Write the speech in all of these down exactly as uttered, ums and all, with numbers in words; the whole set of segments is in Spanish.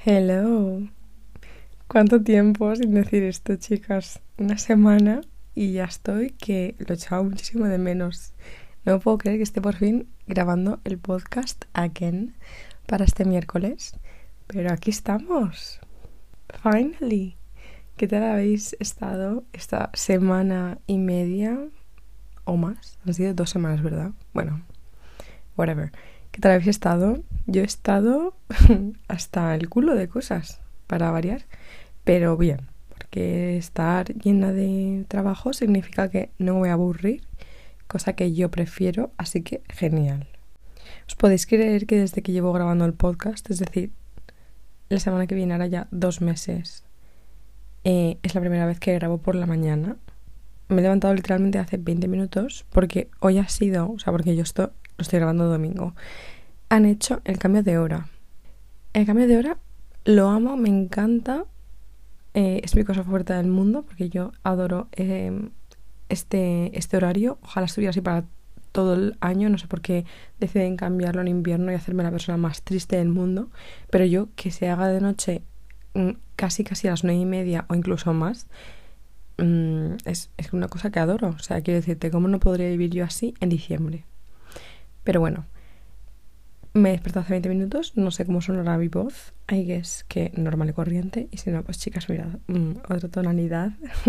Hello. ¿Cuánto tiempo sin decir esto, chicas? Una semana y ya estoy, que lo echaba muchísimo de menos. No puedo creer que esté por fin grabando el podcast again para este miércoles. Pero aquí estamos. Finally. ¿Qué tal habéis estado esta semana y media o más? Han sido dos semanas, ¿verdad? Bueno, whatever. ¿Qué tal habéis estado? Yo he estado hasta el culo de cosas, para variar, pero bien, porque estar llena de trabajo significa que no me voy a aburrir, cosa que yo prefiero, así que genial. ¿Os podéis creer que desde que llevo grabando el podcast, es decir, la semana que viene, ahora ya dos meses, eh, es la primera vez que grabo por la mañana? Me he levantado literalmente hace veinte minutos porque hoy ha sido, o sea, porque yo esto lo estoy grabando domingo. Han hecho el cambio de hora. El cambio de hora lo amo, me encanta. Eh, es mi cosa favorita del mundo porque yo adoro eh, este, este horario. Ojalá estuviera así para todo el año. No sé por qué deciden cambiarlo en invierno y hacerme la persona más triste del mundo. Pero yo, que se haga de noche casi casi a las nueve y media o incluso más, mmm, es, es una cosa que adoro. O sea, quiero decirte, ¿cómo no podría vivir yo así en diciembre? Pero bueno, me he despertado hace veinte minutos, no sé cómo sonará mi voz, I guess que normal y corriente, y si no, pues chicas, mirad, mmm, otra tonalidad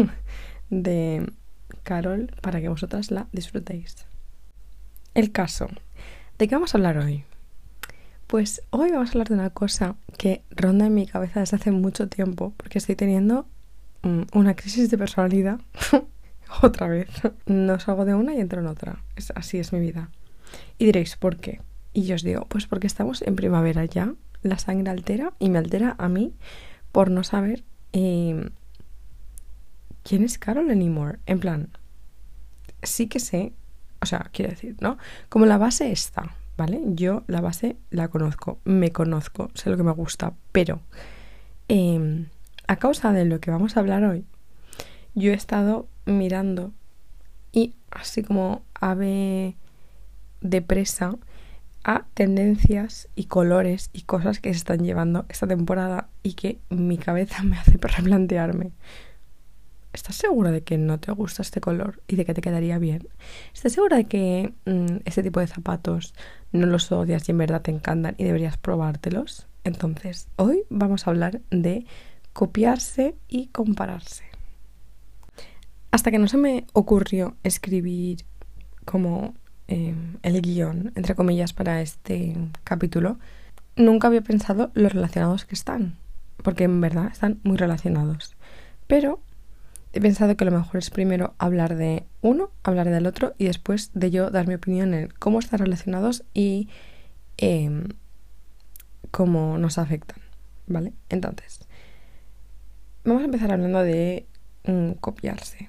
de Carol para que vosotras la disfrutéis. El caso, ¿de qué vamos a hablar hoy? Pues hoy vamos a hablar de una cosa que ronda en mi cabeza desde hace mucho tiempo, porque estoy teniendo mmm, una crisis de personalidad, otra vez. No salgo de una y entro en otra, es, así es mi vida. Y diréis, ¿por qué? Y yo os digo, pues porque estamos en primavera ya, la sangre altera y me altera a mí por no saber eh, quién es Carol anymore. En plan, sí que sé, o sea, quiero decir, ¿no? Como la base está, ¿vale? Yo la base la conozco, me conozco, sé lo que me gusta, pero eh, a causa de lo que vamos a hablar hoy, yo he estado mirando y así como ave de presa a tendencias y colores y cosas que se están llevando esta temporada y que mi cabeza me hace replantearme. ¿Estás segura de que no te gusta este color y de que te quedaría bien? ¿Estás segura de que mmm, este tipo de zapatos no los odias y en verdad te encantan y deberías probártelos? Entonces, hoy vamos a hablar de copiarse y compararse. Hasta que no se me ocurrió escribir como Eh, el guión, entre comillas, para este capítulo, nunca había pensado lo relacionados que están, porque en verdad están muy relacionados, pero he pensado que lo mejor es primero hablar de uno, hablar del otro y después de yo dar mi opinión en cómo están relacionados y eh, cómo nos afectan, ¿vale? Entonces, vamos a empezar hablando de mm, copiarse.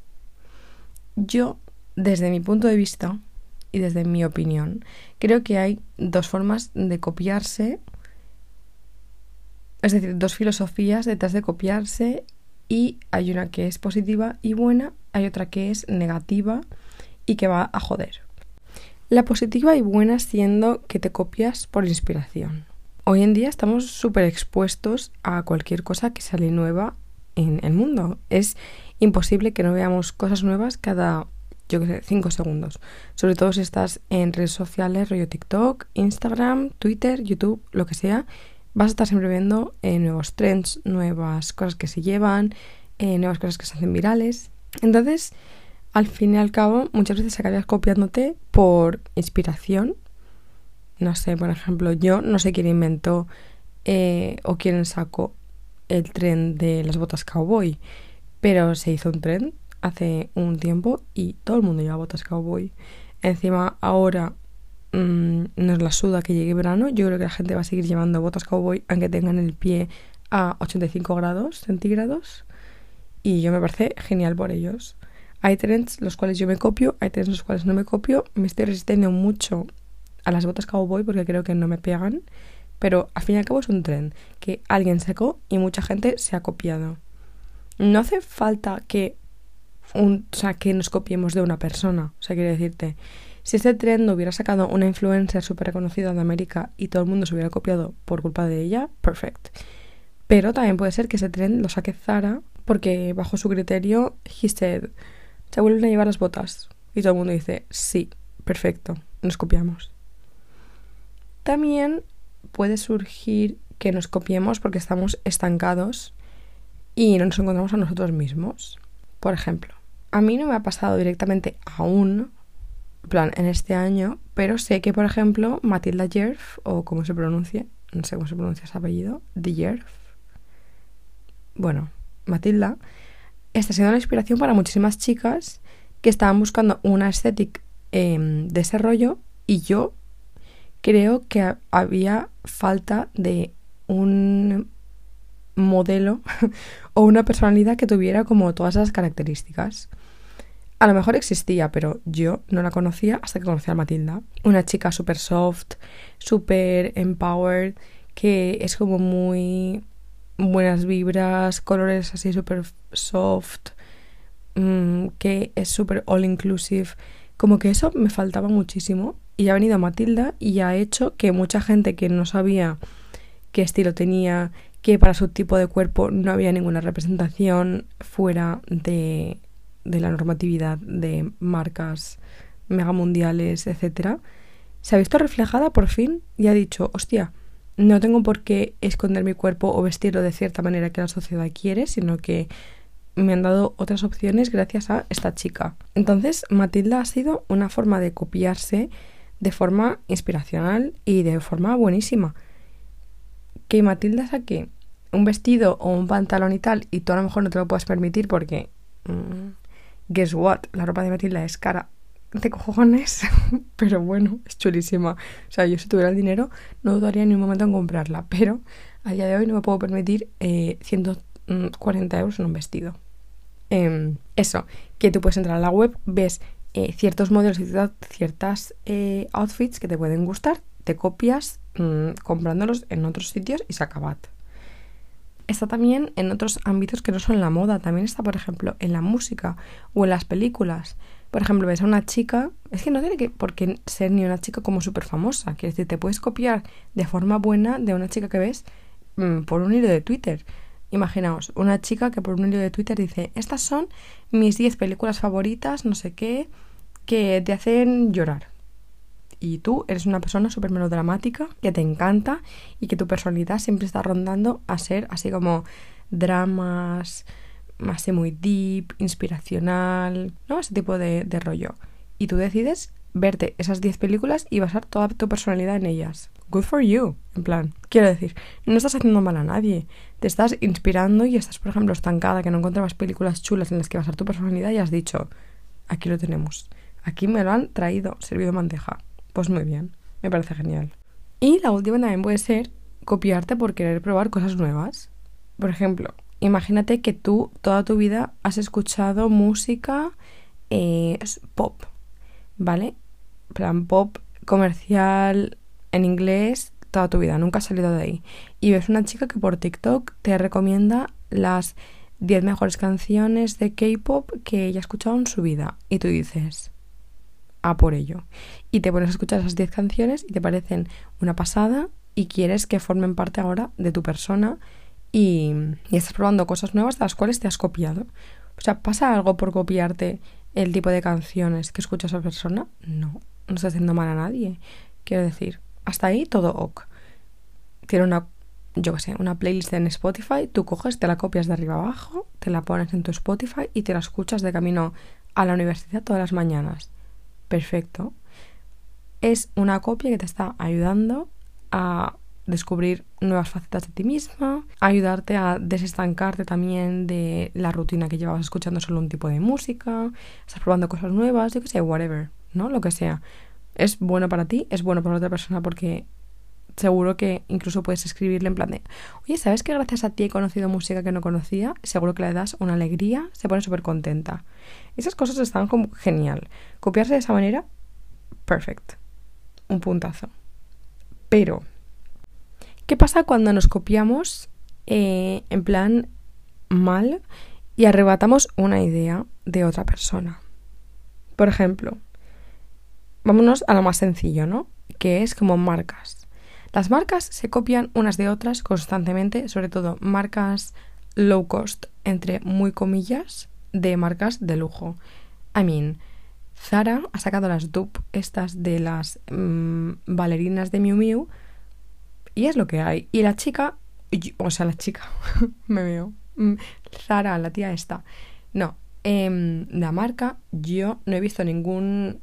Yo, desde mi punto de vista y desde mi opinión, creo que hay dos formas de copiarse, es decir, dos filosofías detrás de copiarse, y hay una que es positiva y buena, hay otra que es negativa y que va a joder. La positiva y buena siendo que te copias por inspiración. Hoy en día estamos súper expuestos a cualquier cosa que sale nueva en el mundo. Es imposible que no veamos cosas nuevas cada yo qué sé, cinco segundos. Sobre todo si estás en redes sociales, rollo TikTok, Instagram, Twitter, YouTube, lo que sea, vas a estar siempre viendo eh, nuevos trends, nuevas cosas que se llevan, eh, nuevas cosas que se hacen virales. Entonces, al fin y al cabo, muchas veces acabas copiándote por inspiración. No sé, por ejemplo, yo no sé quién inventó eh, o quién sacó el trend de las botas cowboy, pero se hizo un trend hace un tiempo y todo el mundo lleva botas cowboy. Encima ahora mmm, nos la suda que llegue verano. Yo creo que la gente va a seguir llevando botas cowboy aunque tengan el pie a ochenta y cinco grados centígrados, y yo me parece genial por ellos. Hay trends los cuales yo me copio, hay trends los cuales no me copio. Me estoy resistiendo mucho a las botas cowboy porque creo que no me pegan, pero al fin y al cabo es un trend que alguien sacó y mucha gente se ha copiado. No hace falta que Un, o sea, que nos copiemos de una persona. O sea, quiero decirte, Si este trend lo hubiera sacado una influencer súper reconocida de América y todo el mundo se hubiera copiado por culpa de ella, perfect. Pero también puede ser que ese trend lo saque Zara porque bajo su criterio, he said, se vuelven a llevar las botas. Y todo el mundo dice, sí, perfecto, nos copiamos. También puede surgir que nos copiemos porque estamos estancados y no nos encontramos a nosotros mismos. Por ejemplo, a mí no me ha pasado directamente aún, en plan, en este año, pero sé que, por ejemplo, Matilda Djerf, o como se pronuncie, no sé cómo se pronuncia ese apellido, Djerf, bueno, Matilda, está siendo una inspiración para muchísimas chicas que estaban buscando una estética eh, de ese rollo, y yo creo que había falta de un modelo o una personalidad que tuviera como todas esas características. A lo mejor existía, pero yo no la conocía hasta que conocí a Matilda. Una chica súper soft, súper empowered, que es como muy buenas vibras, colores así súper soft, mmm, que es súper all inclusive. Como que eso me faltaba muchísimo. Y ha venido Matilda y ha hecho que mucha gente que no sabía qué estilo tenía, que para su tipo de cuerpo no había ninguna representación fuera de, de la normatividad de marcas megamundiales, etcétera, se ha visto reflejada por fin y ha dicho, hostia, no tengo por qué esconder mi cuerpo o vestirlo de cierta manera que la sociedad quiere, sino que me han dado otras opciones gracias a esta chica. Entonces, Matilda ha sido una forma de copiarse de forma inspiracional y de forma buenísima. Que Matilda saque un vestido o un pantalón y tal, y tú a lo mejor no te lo puedes permitir porque mmm, guess what, la ropa de Matilda es cara de cojones, pero bueno, es chulísima. O sea, yo si tuviera el dinero no dudaría ni un momento en comprarla, pero a día de hoy no me puedo permitir eh, ciento cuarenta euros en un vestido. Eh, eso, que tú puedes entrar a la web, ves eh, ciertos modelos y ciertas eh, outfits que te pueden gustar, te copias mmm, comprándolos en otros sitios y se acaba. Está también en otros ámbitos que no son la moda. También está, por ejemplo, en la música o en las películas. Por ejemplo, ves a una chica, es que no tiene que por qué ser ni una chica como súper famosa. Quiero decir, te puedes copiar de forma buena de una chica que ves mmm, por un hilo de Twitter. Imaginaos, una chica que por un hilo de Twitter dice, estas son mis diez películas favoritas, no sé qué, que te hacen llorar. Y tú eres una persona súper melodramática, que te encanta y que tu personalidad siempre está rondando a ser así como dramas, así muy deep, inspiracional, ¿no? Ese tipo de, de rollo. Y tú decides verte esas diez películas y basar toda tu personalidad en ellas. Good for you, en plan. Quiero decir, no estás haciendo mal a nadie. Te estás inspirando y estás, por ejemplo, estancada, que no encontrabas películas chulas en las que basar tu personalidad y has dicho, aquí lo tenemos. Aquí me lo han traído, servido en bandeja. Pues muy bien, me parece genial. Y la última también puede ser copiarte por querer probar cosas nuevas. Por ejemplo, imagínate que tú toda tu vida has escuchado música eh, pop, ¿vale? Plan pop comercial en inglés toda tu vida, nunca has salido de ahí. Y ves una chica que por TikTok te recomienda las diez mejores canciones de K-pop que ella ha escuchado en su vida. Y tú dices, a por ello. Y te pones a escuchar esas diez canciones y te parecen una pasada y quieres que formen parte ahora de tu persona y, y estás probando cosas nuevas de las cuales te has copiado. O sea, ¿pasa algo por copiarte el tipo de canciones que escucha esa persona? No, no estás haciendo mal a nadie. Quiero decir, hasta ahí todo ok. Tiene una, yo qué sé, una playlist en Spotify, tú coges, te la copias de arriba abajo, te la pones en tu Spotify y te la escuchas de camino a la universidad todas las mañanas. Perfecto. Es una copia que te está ayudando a descubrir nuevas facetas de ti misma, a ayudarte a desestancarte también de la rutina que llevabas escuchando solo un tipo de música, estás probando cosas nuevas, yo qué sé, whatever, ¿no? Lo que sea. Es bueno para ti, es bueno para otra persona porque seguro que incluso puedes escribirle en plan de, oye, ¿sabes que gracias a ti he conocido música que no conocía? Seguro que le das una alegría, se pone súper contenta. Esas cosas están como genial. Copiarse de esa manera, perfect. Un puntazo. Pero, ¿qué pasa cuando nos copiamos eh, en plan mal y arrebatamos una idea de otra persona? Por ejemplo, vámonos a lo más sencillo, ¿no? Que es como marcas. Las marcas se copian unas de otras constantemente, sobre todo marcas low cost, entre muy comillas, de marcas de lujo. I mean, Zara ha sacado las dupe estas de las mmm, bailarinas de Miu Miu y es lo que hay. Y la chica, o sea, la chica, me veo, Zara, la tía esta, no, eh, la marca, yo no he visto ningún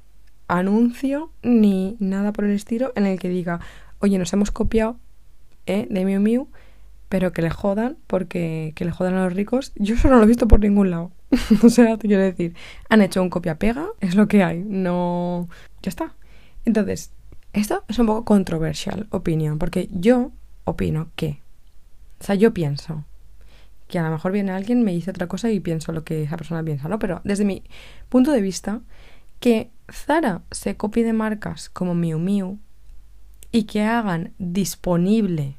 anuncio ni nada por el estilo en el que diga, oye, nos hemos copiado eh, de Miu Miu, pero que le jodan, porque que le jodan a los ricos. Yo eso no lo he visto por ningún lado. O sea, te quiero decir, han hecho un copia-pega, es lo que hay, no... Ya está. Entonces, esto es un poco controversial, opinión, porque yo opino que... O sea, yo pienso que a lo mejor viene alguien, me dice otra cosa y pienso lo que esa persona piensa, ¿no? Pero desde mi punto de vista, que Zara se copie de marcas como Miu Miu y que hagan disponible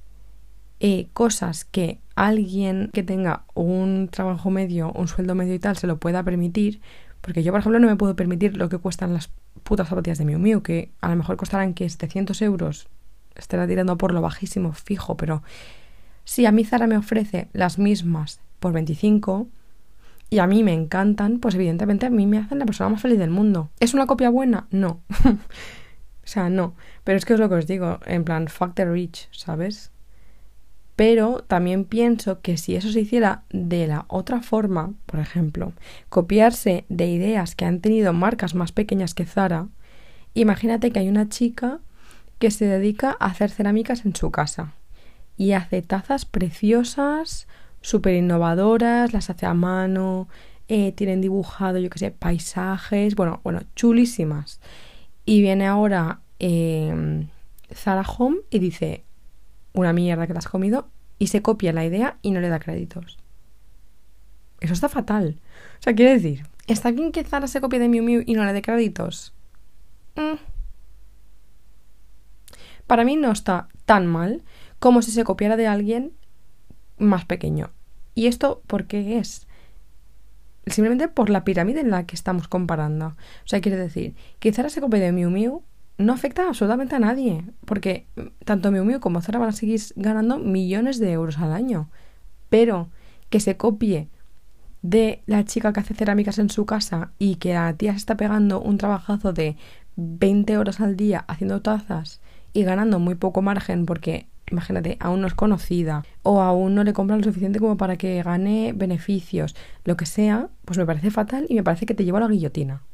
eh, cosas que alguien que tenga un trabajo medio, un sueldo medio y tal, se lo pueda permitir, porque yo, por ejemplo, no me puedo permitir lo que cuestan las putas zapatillas de Miu Miu, que a lo mejor costarán que setecientos euros, estará tirando por lo bajísimo, fijo, pero si a mí Zara me ofrece las mismas por veinticinco y a mí me encantan, pues evidentemente a mí me hacen la persona más feliz del mundo. ¿Es una copia buena? No. O sea, no. Pero es que es lo que os digo, en plan, fuck the rich, ¿sabes? Pero también pienso que si eso se hiciera de la otra forma, por ejemplo, copiarse de ideas que han tenido marcas más pequeñas que Zara, imagínate que hay una chica que se dedica a hacer cerámicas en su casa y hace tazas preciosas, súper innovadoras, las hace a mano, eh, tienen dibujado, yo qué sé, paisajes, bueno, bueno, chulísimas. Y viene ahora eh, Zara Home y dice, una mierda que te has comido, y se copia la idea y no le da créditos. Eso está fatal. O sea, quiero decir, ¿está bien que Zara se copie de Miu Miu y no le dé créditos? Mm. Para mí no está tan mal como si se copiara de alguien más pequeño. ¿Y esto por qué es? Simplemente por la pirámide en la que estamos comparando. O sea, quiere decir, que Zara se copie de Miu Miu no afecta absolutamente a nadie, porque tanto Miu Miu como Zara van a seguir ganando millones de euros al año. Pero que se copie de la chica que hace cerámicas en su casa y que la tía se está pegando un trabajazo de veinte horas al día haciendo tazas y ganando muy poco margen porque, imagínate, aún no es conocida o aún no le compran lo suficiente como para que gane beneficios, lo que sea, pues me parece fatal y me parece que te lleva a la guillotina.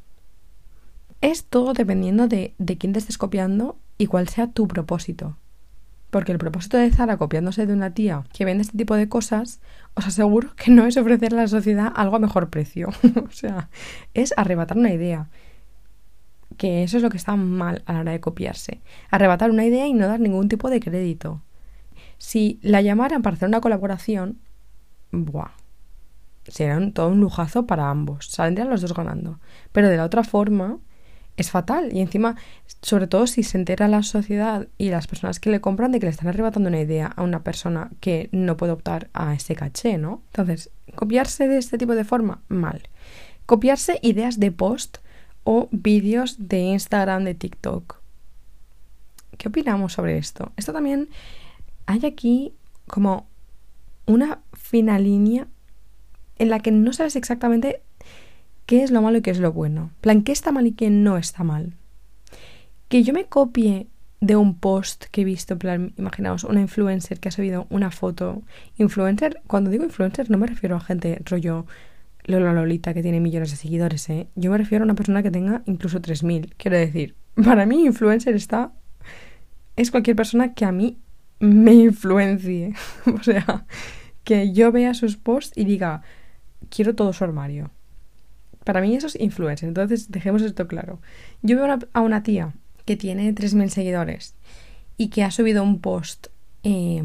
Es todo dependiendo de, de quién te estés copiando y cuál sea tu propósito. Porque el propósito de Zara copiándose de una tía que vende este tipo de cosas, os aseguro que no es ofrecerle a la sociedad algo a mejor precio. O sea, es arrebatar una idea. Que eso es lo que está mal a la hora de copiarse. Arrebatar una idea y no dar ningún tipo de crédito. Si la llamaran para hacer una colaboración, ¡buah! Sería un, todo un lujazo para ambos. Saldrían los dos ganando. Pero de la otra forma es fatal. Y encima, sobre todo si se entera la sociedad y las personas que le compran de que le están arrebatando una idea a una persona que no puede optar a ese caché, ¿no? Entonces, copiarse de este tipo de forma, mal. Copiarse ideas de post o vídeos de Instagram, de TikTok. ¿Qué opinamos sobre esto? Esto también hay aquí como una fina línea en la que no sabes exactamente qué es lo malo y qué es lo bueno. En plan, qué está mal y qué no está mal. Que yo me copie de un post que he visto, en plan, imaginaos, una influencer que ha subido una foto. Influencer, cuando digo influencer no me refiero a gente rollo Lola Lolita que tiene millones de seguidores, ¿eh? Yo me refiero a una persona que tenga incluso tres mil. Quiero decir, para mí influencer está... es cualquier persona que a mí me influencie. O sea, que yo vea sus posts y diga, quiero todo su armario. Para mí eso es influencer. Entonces dejemos esto claro. Yo veo una, a una tía que tiene tres mil seguidores y que ha subido un post, eh,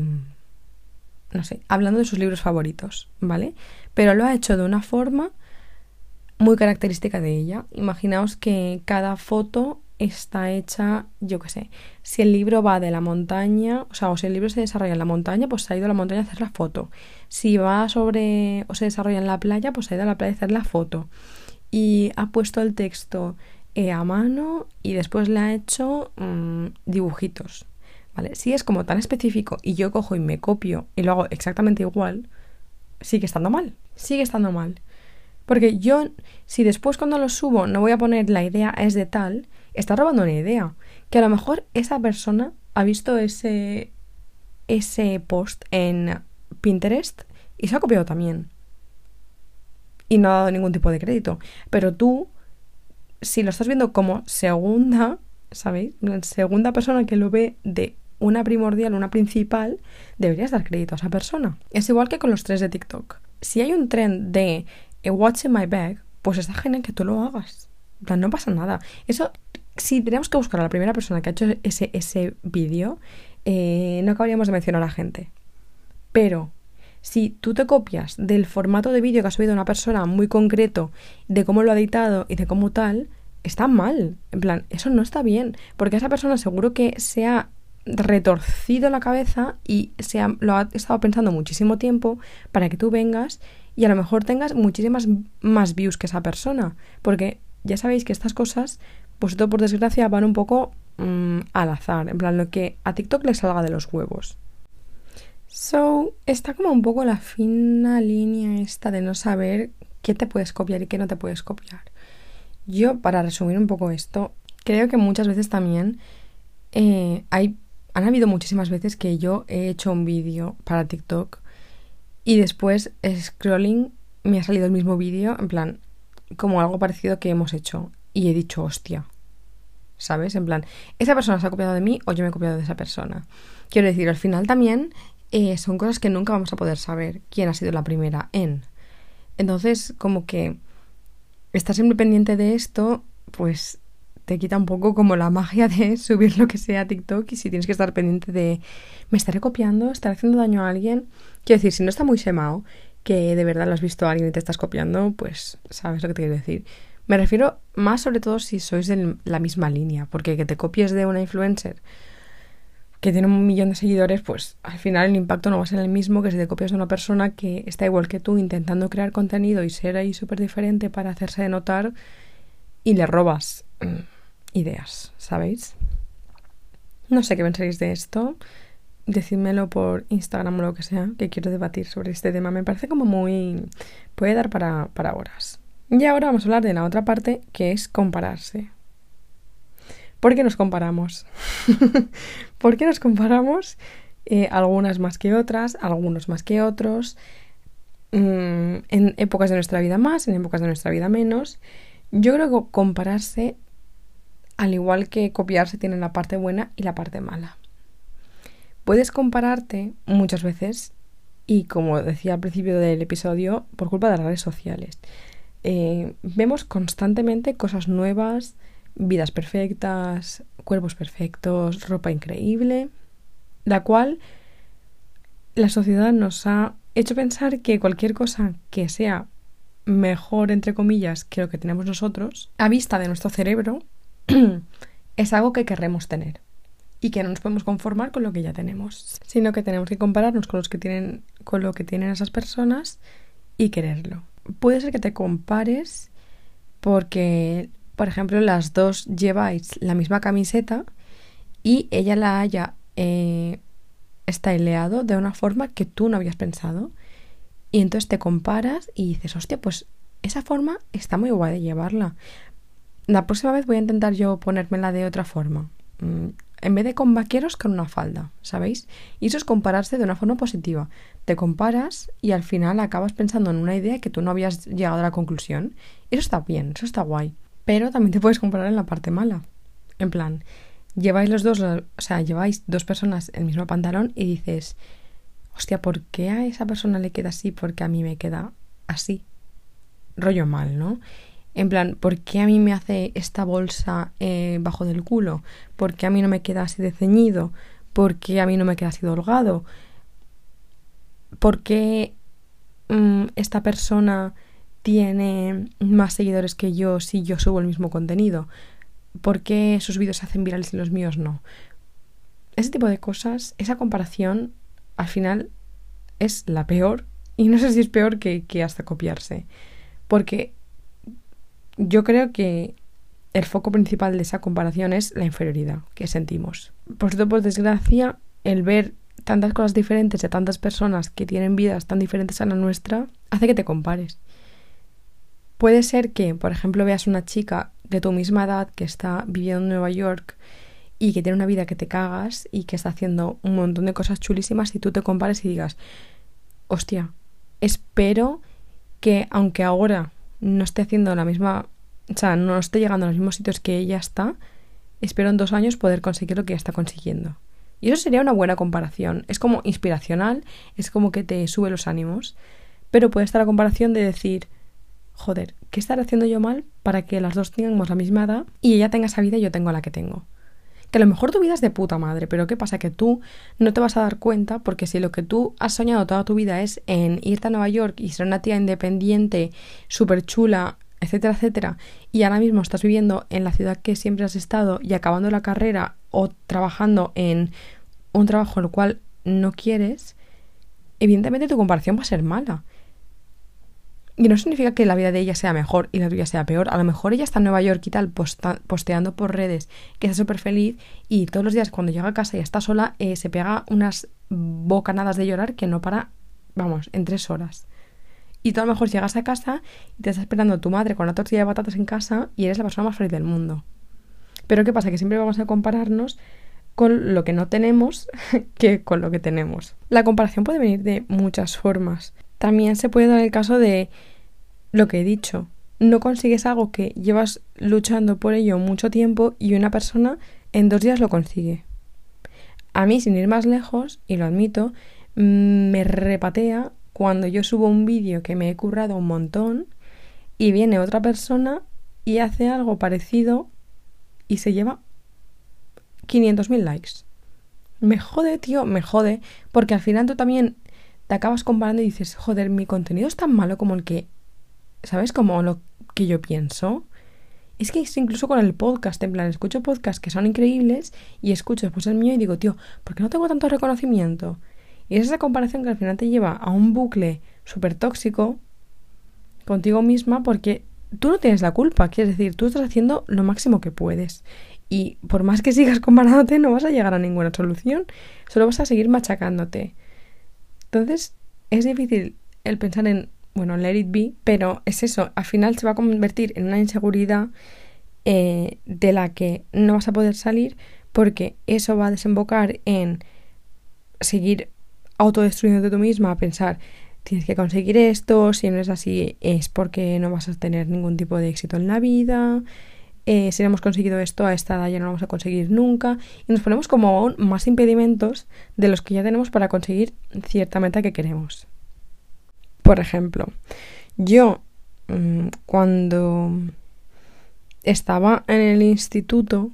no sé, hablando de sus libros favoritos, ¿vale? Pero lo ha hecho de una forma muy característica de ella. Imaginaos que cada foto está hecha, yo qué sé, si el libro va de la montaña, o sea, o si el libro se desarrolla en la montaña, pues se ha ido a la montaña a hacer la foto. Si va sobre, o se desarrolla en la playa, pues se ha ido a la playa a hacer la foto. Y ha puesto el texto eh, a mano y después le ha hecho mmm, dibujitos, ¿vale? Si es como tan específico y yo cojo y me copio y lo hago exactamente igual, sigue estando mal, sigue estando mal. Porque yo, si después cuando lo subo no voy a poner la idea es de tal, está robando una idea. Que a lo mejor esa persona ha visto ese, ese post en Pinterest y se ha copiado también. Y no ha dado ningún tipo de crédito. Pero tú, si lo estás viendo como segunda, ¿sabéis? Segunda persona que lo ve de una primordial, una principal, deberías dar crédito a esa persona. Es igual que con los trends de TikTok. Si hay un trend de what's in my bag, pues está genial que tú lo hagas. En plan, no pasa nada. Eso, si tenemos que buscar a la primera persona que ha hecho ese, ese vídeo, eh, no acabaríamos de mencionar a gente. Pero si tú te copias del formato de vídeo que ha subido una persona muy concreto, de cómo lo ha editado y de cómo tal, está mal. En plan, eso no está bien. Porque esa persona seguro que se ha retorcido la cabeza y se ha, lo ha estado pensando muchísimo tiempo para que tú vengas y a lo mejor tengas muchísimas más views que esa persona, porque ya sabéis que estas cosas, pues todo por desgracia van un poco mmm, al azar, en plan lo que a TikTok le salga de los huevos. So, está como un poco la fina línea esta de no saber qué te puedes copiar y qué no te puedes copiar. Yo, para resumir un poco esto, creo que muchas veces también eh, hay, han habido muchísimas veces que yo he hecho un vídeo para TikTok y después, scrolling, me ha salido el mismo vídeo, en plan, como algo parecido que hemos hecho. Y he dicho, hostia, ¿sabes? En plan, ¿esa persona se ha copiado de mí o yo me he copiado de esa persona? Quiero decir, al final también eh, son cosas que nunca vamos a poder saber quién ha sido la primera en. Entonces, como que estar siempre pendiente de esto, pues te quita un poco como la magia de subir lo que sea a TikTok y si tienes que estar pendiente de ¿me estaré copiando? ¿Estaré haciendo daño a alguien? Quiero decir, si no está muy semao, que de verdad lo has visto a alguien y te estás copiando, pues sabes lo que te quiero decir. Me refiero más sobre todo si sois de la misma línea, porque que te copies de una influencer que tiene un millón de seguidores, pues al final el impacto no va a ser el mismo que si te copias de una persona que está igual que tú intentando crear contenido y ser ahí súper diferente para hacerse de notar y le robas mm, ideas, ¿sabéis? No sé qué pensáis de esto. Decídmelo por Instagram o lo que sea, que quiero debatir sobre este tema. Me parece como muy... puede dar para, para horas. Y ahora vamos a hablar de la otra parte, que es compararse. ¿Por qué nos comparamos? ¿Por qué nos comparamos? Eh, algunas más que otras, algunos más que otros, mmm, en épocas de nuestra vida más, en épocas de nuestra vida menos. Yo creo que compararse, al igual que copiarse, tiene la parte buena y la parte mala. Puedes compararte muchas veces y, como decía al principio del episodio, por culpa de las redes sociales. Eh, vemos constantemente cosas nuevas, vidas perfectas, cuerpos perfectos, ropa increíble, la cual la sociedad nos ha hecho pensar que cualquier cosa que sea mejor, entre comillas, que lo que tenemos nosotros, a vista de nuestro cerebro, es algo que querremos tener. Y que no nos podemos conformar con lo que ya tenemos, sino que tenemos que compararnos con los que tienen, con lo que tienen esas personas y quererlo. Puede ser que te compares porque, por ejemplo, las dos lleváis la misma camiseta y ella la haya eh, styleado de una forma que tú no habías pensado. Y entonces te comparas y dices, hostia, pues esa forma está muy guay de llevarla. La próxima vez voy a intentar yo ponérmela de otra forma. Mm. En vez de con vaqueros, con una falda, ¿sabéis? Y eso es compararse de una forma positiva. Te comparas y al final acabas pensando en una idea que tú no habías llegado a la conclusión. Eso está bien, eso está guay. Pero también te puedes comparar en la parte mala. En plan, lleváis los dos, o sea, lleváis dos personas el mismo pantalón y dices, hostia, ¿por qué a esa persona le queda así? Porque a mí me queda así. Rollo mal, ¿no? En plan, ¿por qué a mí me hace esta bolsa eh, bajo del culo? ¿Por qué a mí no me queda así de ceñido? ¿Por qué a mí no me queda así de holgado? ¿Por qué mmm, esta persona tiene más seguidores que yo si yo subo el mismo contenido? ¿Por qué sus vídeos se hacen virales y los míos no? Ese tipo de cosas, esa comparación, al final es la peor. Y no sé si es peor que, que hasta copiarse. Porque yo creo que el foco principal de esa comparación es la inferioridad que sentimos. Por cierto, por desgracia, el ver tantas cosas diferentes de tantas personas que tienen vidas tan diferentes a la nuestra hace que te compares. Puede ser que, por ejemplo, veas una chica de tu misma edad que está viviendo en Nueva York y que tiene una vida que te cagas y que está haciendo un montón de cosas chulísimas y tú te compares y digas, hostia, espero que aunque ahora no esté haciendo la misma, o sea, no esté llegando a los mismos sitios que ella está, espero en dos años poder conseguir lo que ella está consiguiendo. Y eso sería una buena comparación. Es como inspiracional, es como que te sube los ánimos, pero puede estar la comparación de decir, joder, ¿qué estaré haciendo yo mal para que las dos tengamos la misma edad y ella tenga esa vida y yo tengo la que tengo? Que a lo mejor tu vida es de puta madre, pero ¿qué pasa? Que tú no te vas a dar cuenta, porque si lo que tú has soñado toda tu vida es en irte a Nueva York y ser una tía independiente, súper chula, etcétera, etcétera, y ahora mismo estás viviendo en la ciudad que siempre has estado y acabando la carrera o trabajando en un trabajo el cual no quieres, evidentemente tu comparación va a ser mala. Y no significa que la vida de ella sea mejor y la tuya sea peor. A lo mejor ella está en Nueva York y tal, posta- posteando por redes que está súper feliz y todos los días cuando llega a casa y está sola, eh, se pega unas bocanadas de llorar que no para, vamos, en tres horas. Y tú a lo mejor llegas a casa y te está esperando tu madre con una tortilla de patatas en casa y eres la persona más feliz del mundo. Pero ¿qué pasa? Que siempre vamos a compararnos con lo que no tenemos que con lo que tenemos. La comparación puede venir de muchas formas. También se puede dar el caso de lo que he dicho. No consigues algo que llevas luchando por ello mucho tiempo y una persona en dos días lo consigue. A mí, sin ir más lejos, y lo admito, me repatea cuando yo subo un vídeo que me he currado un montón y viene otra persona y hace algo parecido y se lleva quinientos mil likes. Me jode, tío, me jode, porque al final tú también te acabas comparando y dices, joder, mi contenido es tan malo como el que, ¿sabes? Como lo que yo pienso. Es que es incluso con el podcast, en plan, escucho podcasts que son increíbles y escucho después el mío y digo, tío, ¿por qué no tengo tanto reconocimiento? Y es esa comparación que al final te lleva a un bucle súper tóxico contigo misma porque tú no tienes la culpa, quieres decir, tú estás haciendo lo máximo que puedes. Y por más que sigas comparándote, no vas a llegar a ninguna solución, solo vas a seguir machacándote. Entonces, es difícil el pensar en, bueno, let it be, pero es eso, al final se va a convertir en una inseguridad eh, de la que no vas a poder salir porque eso va a desembocar en seguir autodestruyéndote tú misma, a pensar, tienes que conseguir esto, si no es así es porque no vas a tener ningún tipo de éxito en la vida, eh, si no hemos conseguido esto a esta edad ya no lo vamos a conseguir nunca, y nos ponemos como aún más impedimentos de los que ya tenemos para conseguir cierta meta que queremos. Por ejemplo, yo mmm, cuando estaba en el instituto,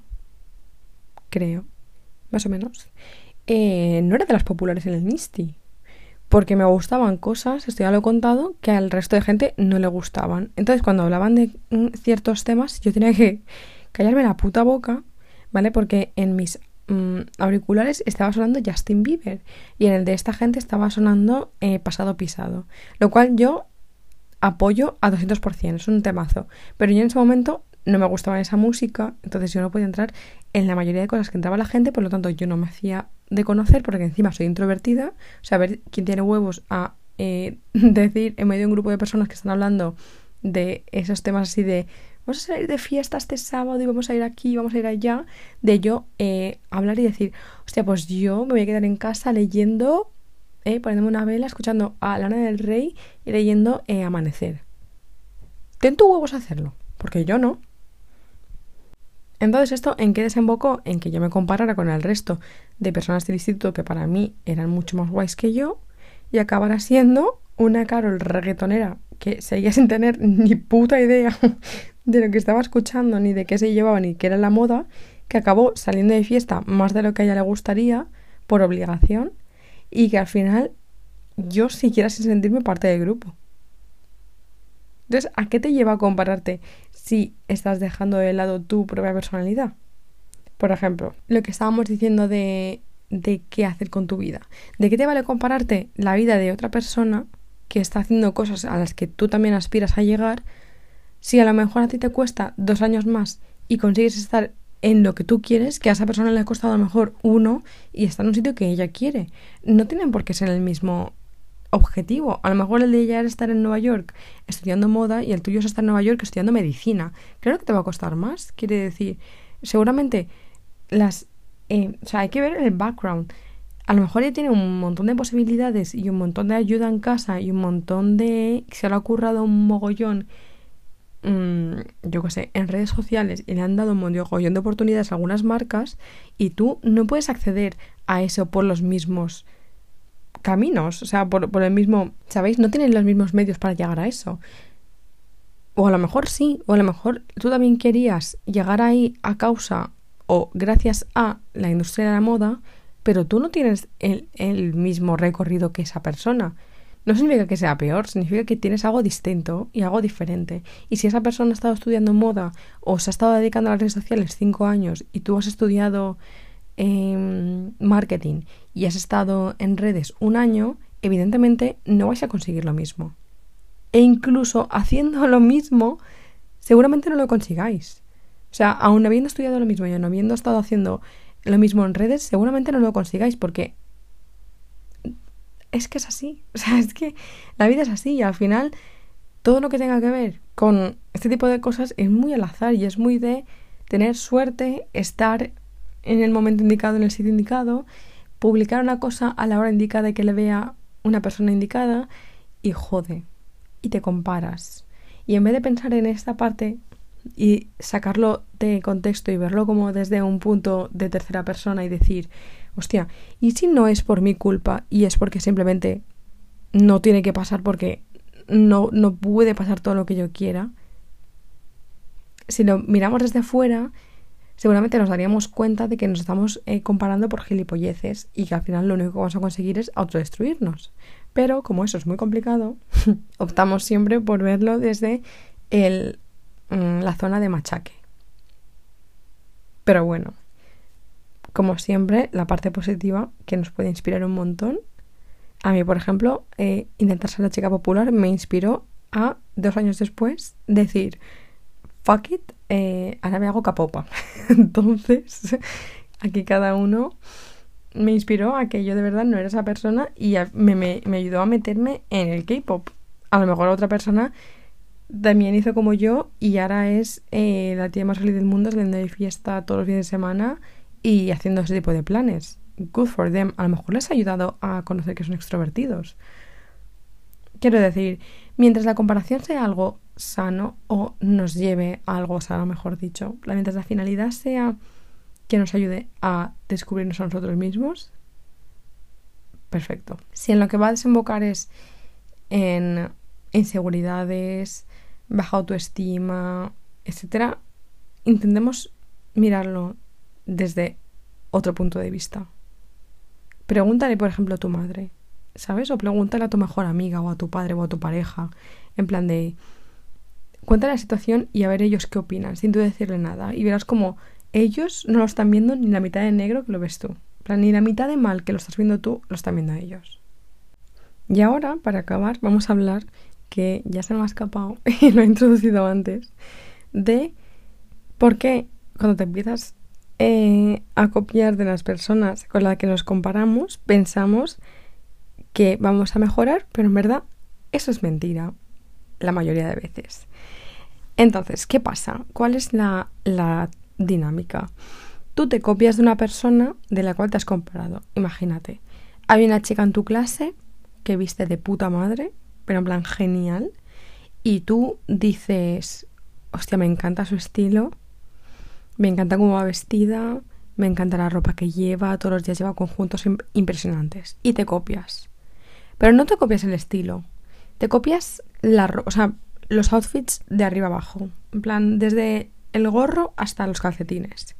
creo, más o menos, eh, no era de las populares en el Insti, porque me gustaban cosas, esto ya lo he contado, que al resto de gente no le gustaban. Entonces, cuando hablaban de mm, ciertos temas, yo tenía que callarme la puta boca, ¿vale? Porque en mis mm, auriculares estaba sonando Justin Bieber y en el de esta gente estaba sonando eh, Pasado Pisado, lo cual yo apoyo a doscientos por ciento, es un temazo. Pero yo en ese momento no me gustaba esa música, entonces yo no podía entrar en la mayoría de cosas que entraba la gente, por lo tanto yo no me hacía de conocer porque encima soy introvertida, o sea, a ver quién tiene huevos a eh, decir en medio de un grupo de personas que están hablando de esos temas así de vamos a salir de fiesta este sábado y vamos a ir aquí, vamos a ir allá, de yo eh, hablar y decir, hostia, pues yo me voy a quedar en casa leyendo, eh, poniéndome una vela, escuchando a Lana del Rey y leyendo eh, Amanecer. Ten tu huevos a hacerlo, porque yo no. Entonces, ¿esto en qué desembocó? En que yo me comparara con el resto de personas del instituto que para mí eran mucho más guays que yo y acabara siendo una Carol reggaetonera que seguía sin tener ni puta idea de lo que estaba escuchando, ni de qué se llevaba, ni qué era la moda, que acabó saliendo de fiesta más de lo que a ella le gustaría por obligación y que al final yo siquiera sin sentirme parte del grupo. Entonces, ¿a qué te lleva a compararte si estás dejando de lado tu propia personalidad? Por ejemplo, lo que estábamos diciendo de, de qué hacer con tu vida. ¿De qué te vale compararte la vida de otra persona que está haciendo cosas a las que tú también aspiras a llegar si a lo mejor a ti te cuesta dos años más y consigues estar en lo que tú quieres, que a esa persona le ha costado a lo mejor uno y está en un sitio que ella quiere. No tienen por qué ser el mismo objetivo. A lo mejor el de ella era estar en Nueva York estudiando moda y el tuyo es estar en Nueva York estudiando medicina. Claro que te va a costar más. Quiere decir, seguramente las... Eh, o sea, hay que ver el background. A lo mejor ella tiene un montón de posibilidades y un montón de ayuda en casa y un montón de... Se le ha currado un mogollón, mmm, yo qué sé, en redes sociales y le han dado un mogollón de oportunidades a algunas marcas y tú no puedes acceder a eso por los mismos caminos, o sea, por, por el mismo... ¿Sabéis? No tienen los mismos medios para llegar a eso. O a lo mejor sí, o a lo mejor tú también querías llegar ahí a causa o gracias a la industria de la moda, pero tú no tienes el, el mismo recorrido que esa persona. No significa que sea peor, significa que tienes algo distinto y algo diferente. Y si esa persona ha estado estudiando moda o se ha estado dedicando a las redes sociales cinco años y tú has estudiado eh, marketing y has estado en redes un año, evidentemente no vais a conseguir lo mismo. E incluso haciendo lo mismo, seguramente no lo consigáis. O sea, aun habiendo estudiado lo mismo y aun habiendo estado haciendo lo mismo en redes, seguramente no lo consigáis porque es que es así. O sea, es que la vida es así y al final todo lo que tenga que ver con este tipo de cosas es muy al azar y es muy de tener suerte, estar en el momento indicado, en el sitio indicado, publicar una cosa a la hora indicada y que le vea una persona indicada y jode. Y te comparas. Y en vez de pensar en esta parte y sacarlo de contexto y verlo como desde un punto de tercera persona y decir, hostia, ¿y si no es por mi culpa y es porque simplemente no tiene que pasar porque no, no puede pasar todo lo que yo quiera? Si lo miramos desde fuera, seguramente nos daríamos cuenta de que nos estamos eh, comparando por gilipolleces y que al final lo único que vamos a conseguir es autodestruirnos. Pero como eso es muy complicado, optamos siempre por verlo desde el, mmm, la zona de machaque. Pero bueno, como siempre, la parte positiva que nos puede inspirar un montón. A mí, por ejemplo, eh, intentar ser la chica popular me inspiró a, dos años después, decir, fuck it, eh, ahora me hago capopa. Entonces, aquí cada uno me inspiró a que yo de verdad no era esa persona y me, me, me ayudó a meterme en el K-pop. A lo mejor otra persona también hizo como yo y ahora es eh, la tía más feliz del mundo, saliendo de fiesta todos los fines de semana y haciendo ese tipo de planes. Good for them. A lo mejor les ha ayudado a conocer que son extrovertidos. Quiero decir, mientras la comparación sea algo sano o nos lleve a algo sano, mejor dicho, mientras la finalidad sea que nos ayude a descubrirnos a nosotros mismos, perfecto. Si en lo que va a desembocar es en inseguridades, baja autoestima, etcétera, intentemos mirarlo desde otro punto de vista. Pregúntale, por ejemplo, a tu madre, ¿sabes? O pregúntale a tu mejor amiga o a tu padre o a tu pareja, en plan de cuéntale la situación y a ver ellos qué opinan, sin tú decirle nada. Y verás como ellos no lo están viendo ni la mitad de negro que lo ves tú. En plan, ni la mitad de mal que lo estás viendo tú, lo están viendo ellos. Y ahora, para acabar, vamos a hablar, que ya se me ha escapado y lo he introducido antes, de por qué cuando te empiezas eh, a copiar de las personas con las que nos comparamos, pensamos que vamos a mejorar, pero en verdad eso es mentira la mayoría de veces. Entonces, ¿qué pasa? ¿Cuál es la, la dinámica? Tú te copias de una persona de la cual te has comparado. Imagínate, hay una chica en tu clase que viste de puta madre, pero en plan genial, y tú dices, hostia, me encanta su estilo, me encanta cómo va vestida, me encanta la ropa que lleva, todos los días lleva conjuntos impresionantes, y te copias. Pero no te copias el estilo, te copias la ropa, o sea, los outfits de arriba abajo, en plan, desde el gorro hasta los calcetines.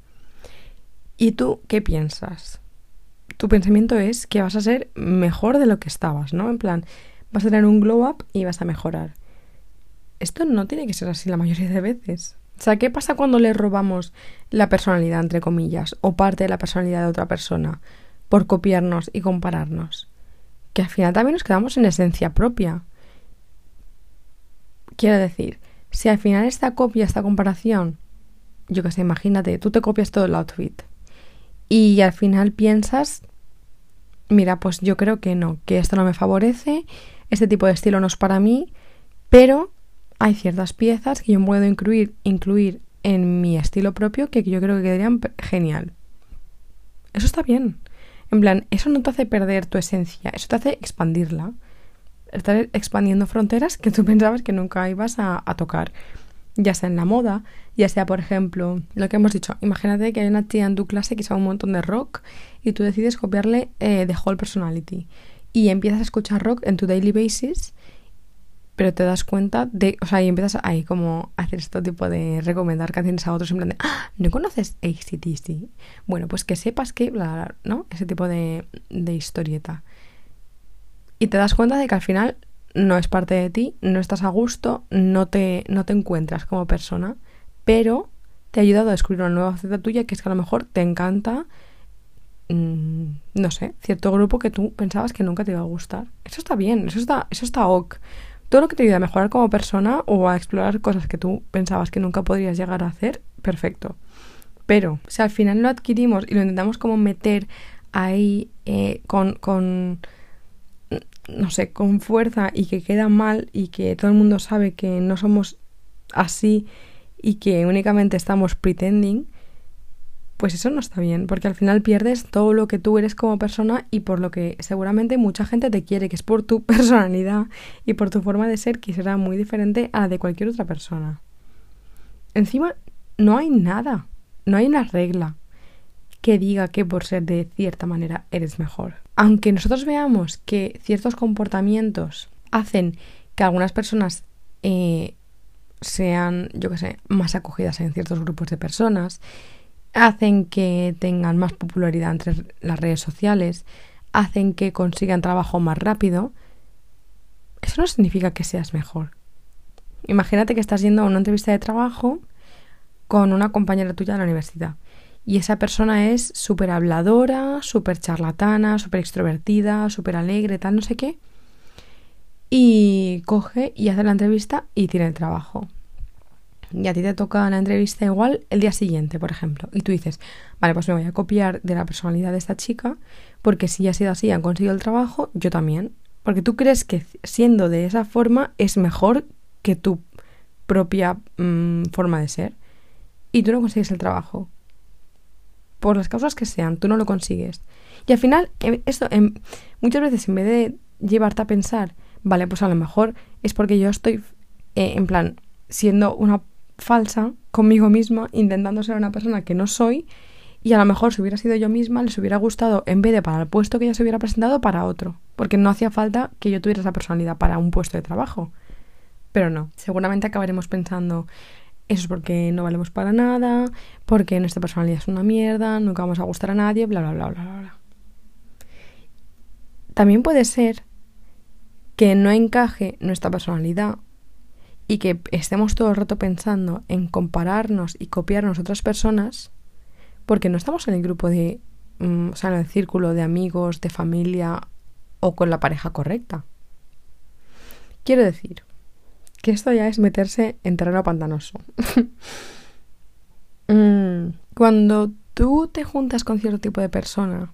¿Y tú qué piensas? Tu pensamiento es que vas a ser mejor de lo que estabas, ¿no? En plan, vas a tener un glow up y vas a mejorar. Esto no tiene que ser así la mayoría de veces. O sea, ¿qué pasa cuando le robamos la personalidad, entre comillas, o parte de la personalidad de otra persona por copiarnos y compararnos? Que al final también nos quedamos en esencia propia. Quiero decir, si al final esta copia, esta comparación, yo qué sé, imagínate, tú te copias todo el outfit y al final piensas, mira, pues yo creo que no, que esto no me favorece, este tipo de estilo no es para mí, pero hay ciertas piezas que yo puedo incluir, incluir en mi estilo propio que yo creo que quedarían genial. Eso está bien. En plan, eso no te hace perder tu esencia, eso te hace expandirla. Estar expandiendo fronteras que tú pensabas que nunca ibas a, a tocar. Ya sea en la moda, ya sea, por ejemplo, lo que hemos dicho. Imagínate que hay una tía en tu clase que sabe un montón de rock y tú decides copiarle eh, The Whole Personality. Y empiezas a escuchar rock en tu daily basis, pero te das cuenta de... O sea, y empiezas ahí como a hacer este tipo de recomendar canciones a otros en plan de... ¡Ah! ¿No conoces A C D C? Bueno, pues que sepas que... Bla, bla, ¿no? Ese tipo de, de historieta. Y te das cuenta de que al final no es parte de ti, no estás a gusto, no te, no te encuentras como persona, pero te ha ayudado a descubrir una nueva faceta tuya que es que a lo mejor te encanta, mmm, no sé, cierto grupo que tú pensabas que nunca te iba a gustar. Eso está bien, eso está, eso está ok. Todo lo que te ayuda a mejorar como persona o a explorar cosas que tú pensabas que nunca podrías llegar a hacer, perfecto. Pero si al final lo adquirimos y lo intentamos como meter ahí eh, con... con no sé, con fuerza y que queda mal y que todo el mundo sabe que no somos así y que únicamente estamos pretending, pues eso no está bien, porque al final pierdes todo lo que tú eres como persona y por lo que seguramente mucha gente te quiere, que es por tu personalidad y por tu forma de ser, que será muy diferente a la de cualquier otra persona. Encima, no hay nada, no hay una regla que diga que por ser de cierta manera eres mejor. Aunque nosotros veamos que ciertos comportamientos hacen que algunas personas eh, sean, yo qué sé, más acogidas en ciertos grupos de personas, hacen que tengan más popularidad entre las redes sociales, hacen que consigan trabajo más rápido, eso no significa que seas mejor. Imagínate que estás yendo a una entrevista de trabajo con una compañera tuya de la universidad. Y esa persona es súper habladora, súper charlatana, súper extrovertida, súper alegre, tal, no sé qué. Y coge y hace la entrevista y tiene el trabajo. Y a ti te toca la entrevista igual el día siguiente, por ejemplo. Y tú dices, vale, pues me voy a copiar de la personalidad de esta chica, porque si ha sido así y han conseguido el trabajo, yo también. Porque tú crees que siendo de esa forma es mejor que tu propia mmm, forma de ser. Y tú no consigues el trabajo. Por las causas que sean, tú no lo consigues. Y al final, esto en, muchas veces en vez de llevarte a pensar, vale, pues a lo mejor es porque yo estoy, eh, en plan, siendo una falsa conmigo misma, intentando ser una persona que no soy, y a lo mejor si hubiera sido yo misma, les hubiera gustado, en vez de para el puesto que ella se hubiera presentado, para otro. Porque no hacía falta que yo tuviera esa personalidad para un puesto de trabajo. Pero no, seguramente acabaremos pensando... Eso es porque no valemos para nada, porque nuestra personalidad es una mierda, nunca vamos a gustar a nadie, bla, bla, bla, bla, bla. También puede ser que no encaje nuestra personalidad y que estemos todo el rato pensando en compararnos y copiarnos a otras personas porque no estamos en el grupo de, um, o sea, en el círculo de amigos, de familia o con la pareja correcta. Quiero decir... que esto ya es meterse en terreno pantanoso. mm, cuando tú te juntas con cierto tipo de persona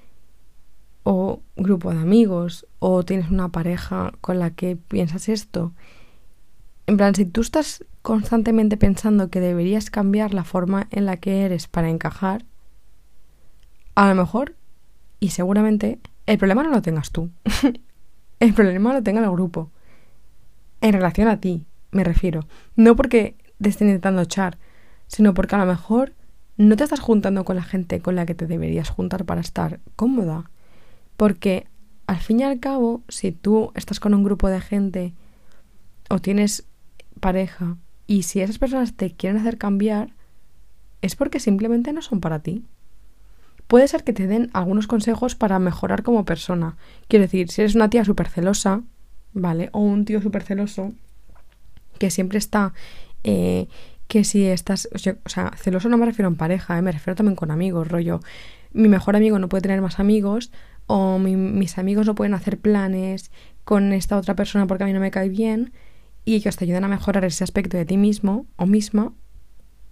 o grupo de amigos o tienes una pareja con la que piensas esto, en plan, si tú estás constantemente pensando que deberías cambiar la forma en la que eres para encajar, a lo mejor, y seguramente, el problema no lo tengas tú. El problema lo tenga el grupo. En relación a ti, me refiero. No porque te estén intentando echar, sino porque a lo mejor no te estás juntando con la gente con la que te deberías juntar para estar cómoda. Porque, al fin y al cabo, si tú estás con un grupo de gente o tienes pareja y si esas personas te quieren hacer cambiar, es porque simplemente no son para ti. Puede ser que te den algunos consejos para mejorar como persona. Quiero decir, si eres una tía súper celosa... ¿vale? O un tío súper celoso que siempre está, eh, que si estás, o sea, celoso no me refiero en pareja, eh, me refiero también con amigos, rollo, mi mejor amigo no puede tener más amigos o mi, mis amigos no pueden hacer planes con esta otra persona porque a mí no me cae bien y ellos te ayudan a mejorar ese aspecto de ti mismo o misma,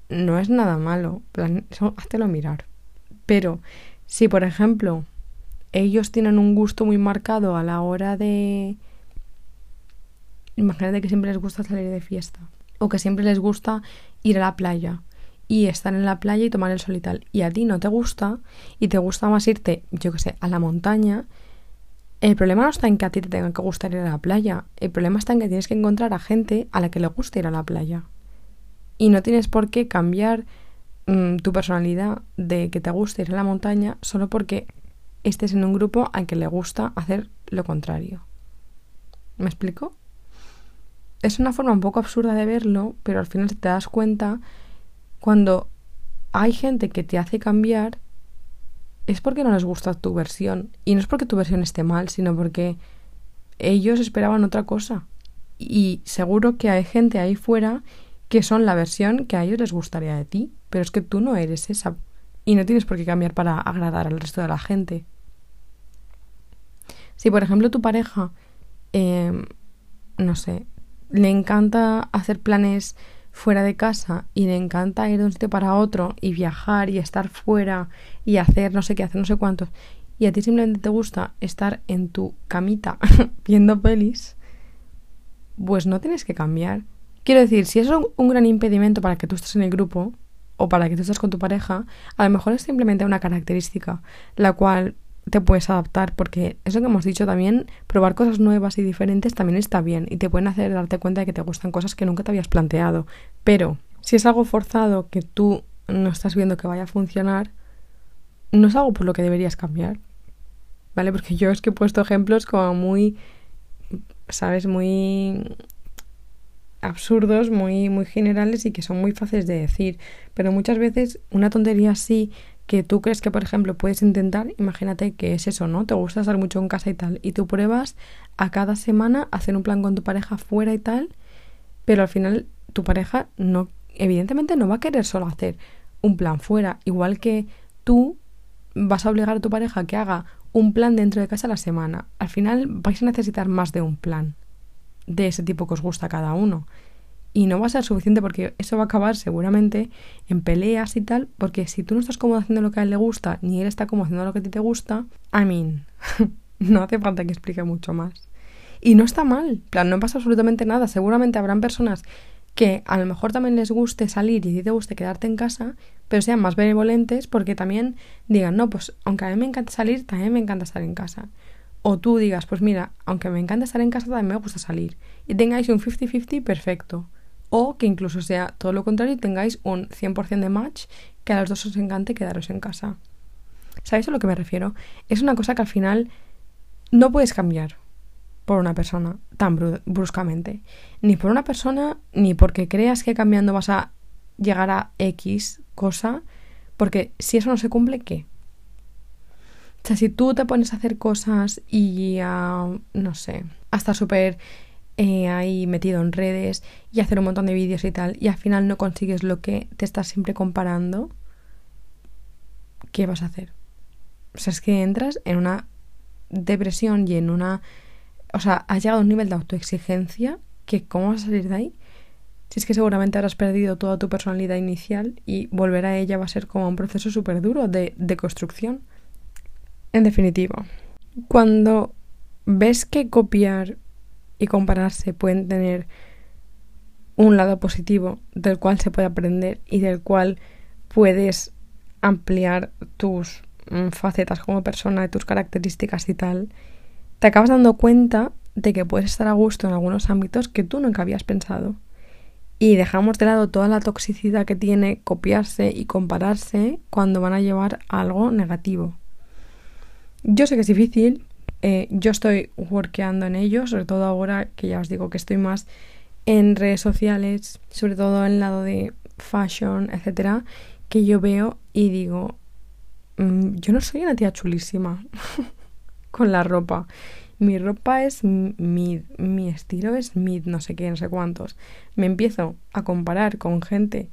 no es nada malo, plan, eso, háztelo mirar. Pero si, por ejemplo, ellos tienen un gusto muy marcado a la hora de... Imagínate que siempre les gusta salir de fiesta o que siempre les gusta ir a la playa y estar en la playa y tomar el sol y tal, y a ti no te gusta y te gusta más irte, yo qué sé, a la montaña. El problema no está en que a ti te tenga que gustar ir a la playa, el problema está en que tienes que encontrar a gente a la que le guste ir a la playa. Y no tienes por qué cambiar mmm, tu personalidad de que te guste ir a la montaña solo porque estés en un grupo al que le gusta hacer lo contrario. ¿Me explico? Es una forma un poco absurda de verlo, pero al final te das cuenta cuando hay gente que te hace cambiar es porque no les gusta tu versión. Y no es porque tu versión esté mal, sino porque ellos esperaban otra cosa. Y seguro que hay gente ahí fuera que son la versión que a ellos les gustaría de ti, pero es que tú no eres esa. Y no tienes por qué cambiar para agradar al resto de la gente. Si, por ejemplo, tu pareja, eh, no sé, le encanta hacer planes fuera de casa y le encanta ir de un sitio para otro y viajar y estar fuera y hacer no sé qué, hacer no sé cuántos, y a ti simplemente te gusta estar en tu camita viendo pelis, pues no tienes que cambiar. Quiero decir, si eso es un gran impedimento para que tú estés en el grupo o para que tú estés con tu pareja, a lo mejor es simplemente una característica la cual te puedes adaptar, porque eso que hemos dicho también, probar cosas nuevas y diferentes también está bien y te pueden hacer darte cuenta de que te gustan cosas que nunca te habías planteado. Pero si es algo forzado que tú no estás viendo que vaya a funcionar, no es algo por lo que deberías cambiar, ¿vale? Porque yo es que he puesto ejemplos como muy, ¿sabes? Muy absurdos, muy, muy generales y que son muy fáciles de decir, pero muchas veces una tontería así que tú crees que, por ejemplo, puedes intentar, imagínate que es eso, ¿no? Te gusta estar mucho en casa y tal, y tú pruebas a cada semana hacer un plan con tu pareja fuera y tal, pero al final tu pareja no, evidentemente no va a querer solo hacer un plan fuera, igual que tú vas a obligar a tu pareja a que haga un plan dentro de casa a la semana. Al final vais a necesitar más de un plan de ese tipo que os gusta a cada uno. Y no va a ser suficiente porque eso va a acabar seguramente en peleas y tal, porque si tú no estás cómodo haciendo lo que a él le gusta, ni él está cómodo haciendo lo que a ti te gusta, I mean, no hace falta que explique mucho más. Y no está mal, en plan, no pasa absolutamente nada. Seguramente habrán personas que a lo mejor también les guste salir y a ti te guste quedarte en casa, pero sean más benevolentes porque también digan, no, pues aunque a mí me encanta salir, también me encanta estar en casa. O tú digas, pues mira, aunque me encanta estar en casa, también me gusta salir. Y tengáis un cincuenta cincuenta perfecto. O que incluso sea todo lo contrario y tengáis un cien por ciento de match, que a los dos os encante quedaros en casa. ¿Sabéis a lo que me refiero? Es una cosa que al final no puedes cambiar por una persona tan bru- bruscamente. Ni por una persona, ni porque creas que cambiando vas a llegar a X cosa, porque si eso no se cumple, ¿qué? O sea, si tú te pones a hacer cosas y a, no sé, a estar súper eh, ahí metido en redes y hacer un montón de vídeos y tal, y al final no consigues lo que te estás siempre comparando, ¿qué vas a hacer? O sea, es que entras en una depresión y en una... O sea, has llegado a un nivel de autoexigencia que ¿cómo vas a salir de ahí? Si es que seguramente habrás perdido toda tu personalidad inicial y volver a ella va a ser como un proceso súper duro de, de construcción. En definitiva, cuando ves que copiar y compararse pueden tener un lado positivo del cual se puede aprender y del cual puedes ampliar tus mm, facetas como persona y tus características y tal, te acabas dando cuenta de que puedes estar a gusto en algunos ámbitos que tú nunca habías pensado. Y dejamos de lado toda la toxicidad que tiene copiarse y compararse cuando van a llevar a algo negativo. Yo sé que es difícil, eh, yo estoy workeando en ello, sobre todo ahora que ya os digo que estoy más en redes sociales, sobre todo en el lado de fashion, etcétera, que yo veo y digo, mmm, yo no soy una tía chulísima con la ropa. Mi ropa es mid, mi estilo es mid, no sé qué, no sé cuántos. Me empiezo a comparar con gente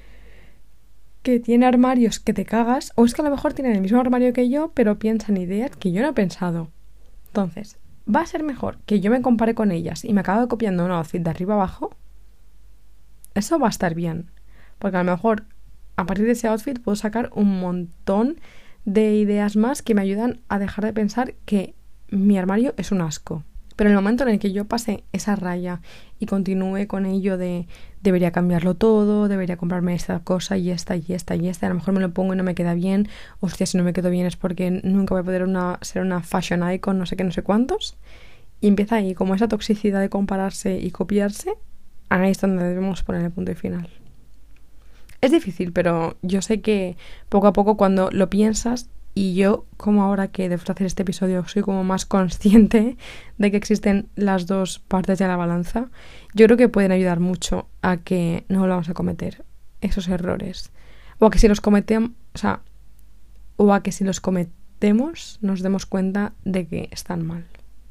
que tiene armarios que te cagas, o es que a lo mejor tienen el mismo armario que yo, pero piensan ideas que yo no he pensado. Entonces, ¿va a ser mejor que yo me compare con ellas y me acabe copiando un outfit de arriba abajo? Eso va a estar bien. porque a lo mejor a partir de ese outfit puedo sacar un montón de ideas más que me ayudan a dejar de pensar que mi armario es un asco. Pero en el momento en el que yo pase esa raya y continúe con ello de debería cambiarlo todo, debería comprarme esta cosa y esta y esta y esta, a lo mejor me lo pongo y no me queda bien, hostia, si no me quedo bien es porque nunca voy a poder una, ser una fashion icon, no sé qué, no sé cuántos, y empieza ahí como esa toxicidad de compararse y copiarse, ahí es donde debemos poner el punto y final. Es difícil, pero yo sé que poco a poco cuando lo piensas, y yo, como ahora que después de hacer este episodio soy como más consciente de que existen las dos partes de la balanza, yo creo que pueden ayudar mucho a que no volvamos a cometer esos errores. O a que si los cometemos, o sea, o a que si los cometemos nos demos cuenta de que están mal.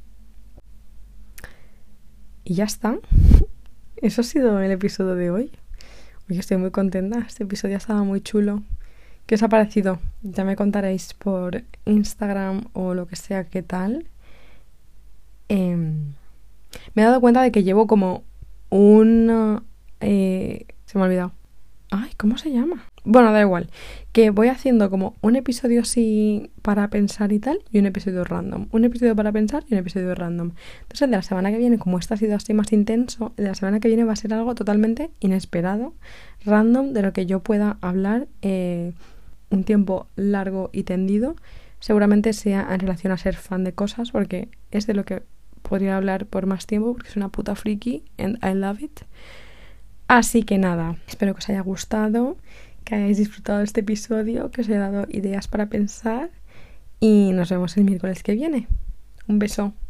Y ya está. Eso ha sido el episodio de hoy. Hoy estoy muy contenta. Este episodio estaba muy chulo. ¿Qué os ha parecido? Ya me contaréis por Instagram o lo que sea qué tal. Eh, me he dado cuenta de que llevo como un... Eh, se me ha olvidado. Ay, ¿cómo se llama? Bueno, da igual. Que voy haciendo como un episodio así para pensar y tal y un episodio random. Un episodio para pensar y un episodio random. Entonces el de la semana que viene, como este ha sido así más intenso, el de la semana que viene va a ser algo totalmente inesperado, random, de lo que yo pueda hablar eh, un tiempo largo y tendido. Seguramente sea en relación a ser fan de cosas, porque es de lo que podría hablar por más tiempo, porque es una puta friki and I love it. Así que nada, espero que os haya gustado, que hayáis disfrutado de este episodio, que os haya dado ideas para pensar y nos vemos el miércoles que viene. Un beso.